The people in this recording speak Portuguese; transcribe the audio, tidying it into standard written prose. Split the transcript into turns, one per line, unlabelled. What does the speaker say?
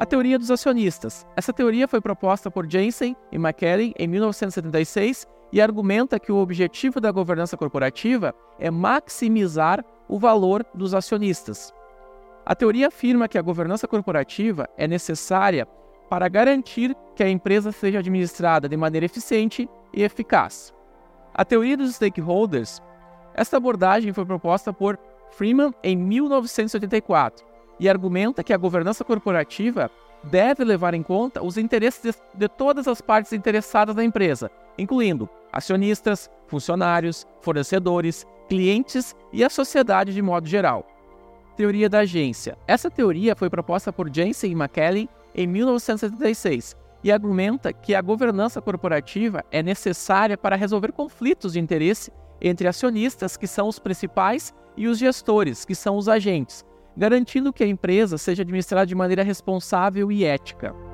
A teoria dos acionistas. Essa teoria foi proposta por Jensen e McKellen em 1976 e argumenta que o objetivo da governança corporativa é maximizar o valor dos acionistas. A teoria afirma que a governança corporativa é necessária para garantir que a empresa seja administrada de maneira eficiente e eficaz. A teoria dos stakeholders. Esta abordagem foi proposta por Freeman em 1984 e argumenta que a governança corporativa deve levar em conta os interesses de todas as partes interessadas na empresa, incluindo acionistas, funcionários, fornecedores, clientes e a sociedade de modo geral. Teoria da agência. Essa teoria foi proposta por Jensen e McKellen em 1976 e argumenta que a governança corporativa é necessária para resolver conflitos de interesse entre acionistas, que são os principais, e os gestores, que são os agentes, garantindo que a empresa seja administrada de maneira responsável e ética.